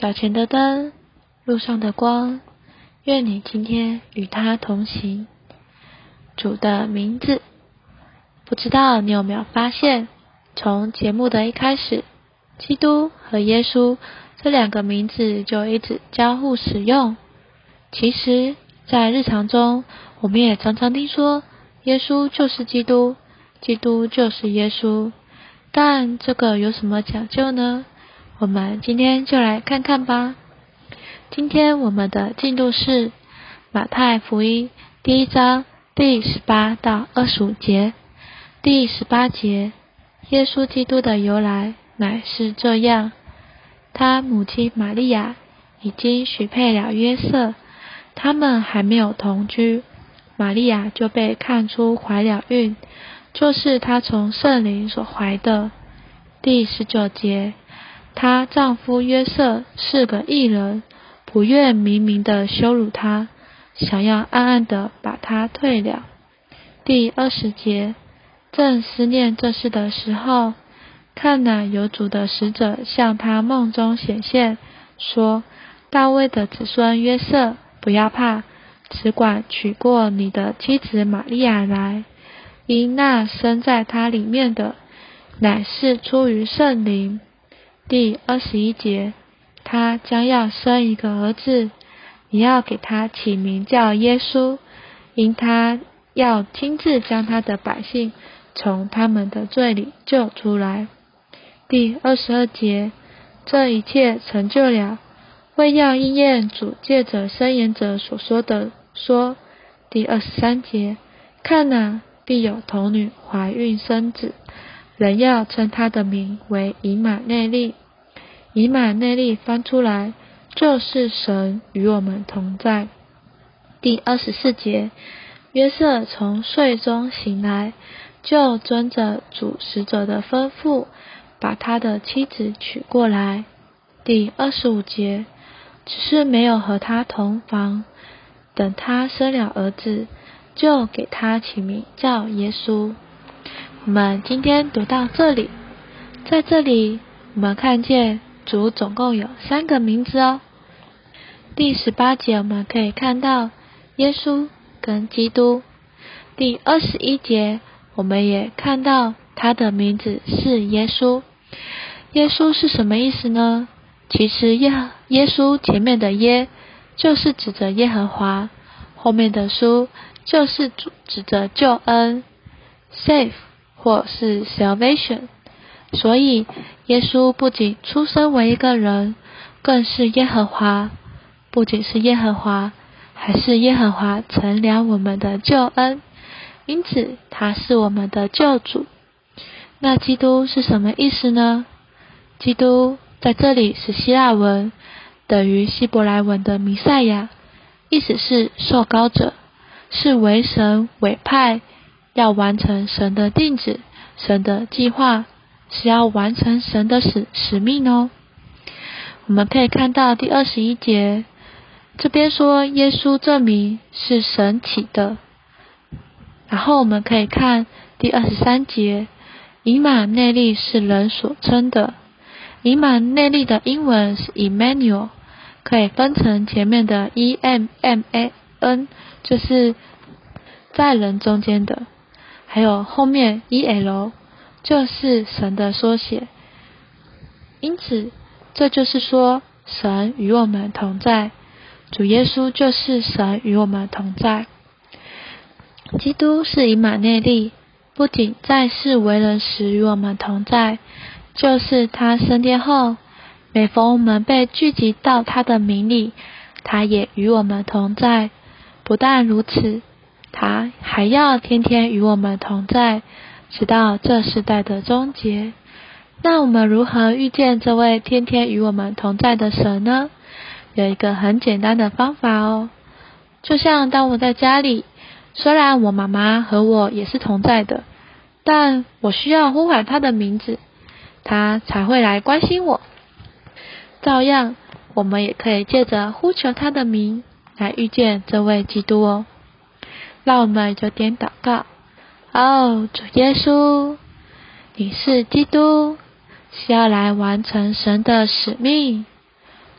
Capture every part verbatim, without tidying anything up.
脚前的灯，路上的光，愿你今天与他同行。主的名字，不知道你有没有发现，从节目的一开始，基督和耶稣这两个名字就一直交互使用。其实在日常中，我们也常常听说耶稣就是基督，基督就是耶稣，但这个有什么讲究呢？我们今天就来看看吧。今天我们的进度是马太福音第一章第十八到二十五节。第十八节，耶稣基督的由来乃是这样：他母亲玛利亚已经许配了约瑟，他们还没有同居，玛利亚就被看出怀了孕，就是她从圣灵所怀的。第十九节，她丈夫约瑟是个义人，不愿明明的羞辱她，想要暗暗的把她退了。第二十节，正思念这事的时候，看哪，有主的使者向他梦中显现，说：大卫的子孙约瑟，不要怕，只管娶过你的妻子玛利亚来，因那生在她里面的，乃是出于圣灵。第二十一节，他将要生一个儿子，你要给他起名叫耶稣，因他要亲自将他的百姓从他们的罪里救出来。第二十二节，这一切成就了，为要应验主借着申言者所说的说。第二十三节，看哪，必有童女怀孕生子，人要称他的名为以马内利。以马内利翻出来就是神与我们同在。第二十四节，约瑟从睡中醒来，就遵着主使者的吩咐，把他的妻子娶过来。第二十五节，只是没有和他同房，等他生了儿子，就给他起名叫耶稣。我们今天读到这里，在这里我们看见主总共有三个名字哦。第十八节我们可以看到耶稣跟基督。第二十一节我们也看到他的名字是耶稣。耶稣是什么意思呢？其实耶耶稣前面的耶就是指着耶和华，后面的稣就是指着救恩 save 或是 salvation。所以耶稣不仅出生为一个人，更是耶和华，不仅是耶和华，还是耶和华成了我们的救恩，因此他是我们的救主。那基督是什么意思呢？基督在这里是希腊文，等于希伯来文的弥赛亚，意思是受膏者，是为神委派要完成神的定旨，神的计划，是要完成神的使使命哦。我们可以看到第二十一节，这边说耶稣这名是神起的。然后我们可以看第二十三节，以马内利是人所称的。以马内利的英文是 Emmanuel， 可以分成前面的 E M M A N， 就是在人中间的，还有后面 E L，就是神的缩写。因此这就是说神与我们同在，主耶稣就是神与我们同在。基督是以马内利，不仅在世为人时与我们同在，就是他升天后，每逢我们被聚集到他的名里，他也与我们同在。不但如此，他还要天天与我们同在，直到这世代的终结。那我们如何遇见这位天天与我们同在的神呢？有一个很简单的方法哦，就像当我在家里，虽然我妈妈和我也是同在的，但我需要呼喊她的名字，她才会来关心我。照样，我们也可以借着呼求她的名来遇见这位基督哦。让我们有点祷告。哦，主耶稣，你是基督，是要来完成神的使命。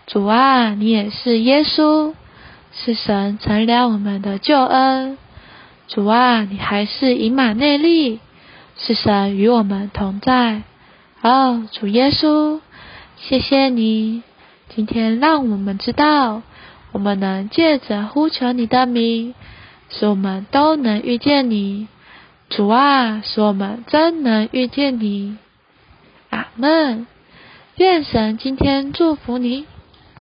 主啊，你也是耶稣，是神成了我们的救恩。主啊，你还是以马内利，是神与我们同在。哦，主耶稣，谢谢你，今天让我们知道，我们能借着呼求你的名，使我们都能遇见你。主啊，使我们真能遇见你。阿们。愿神今天祝福你。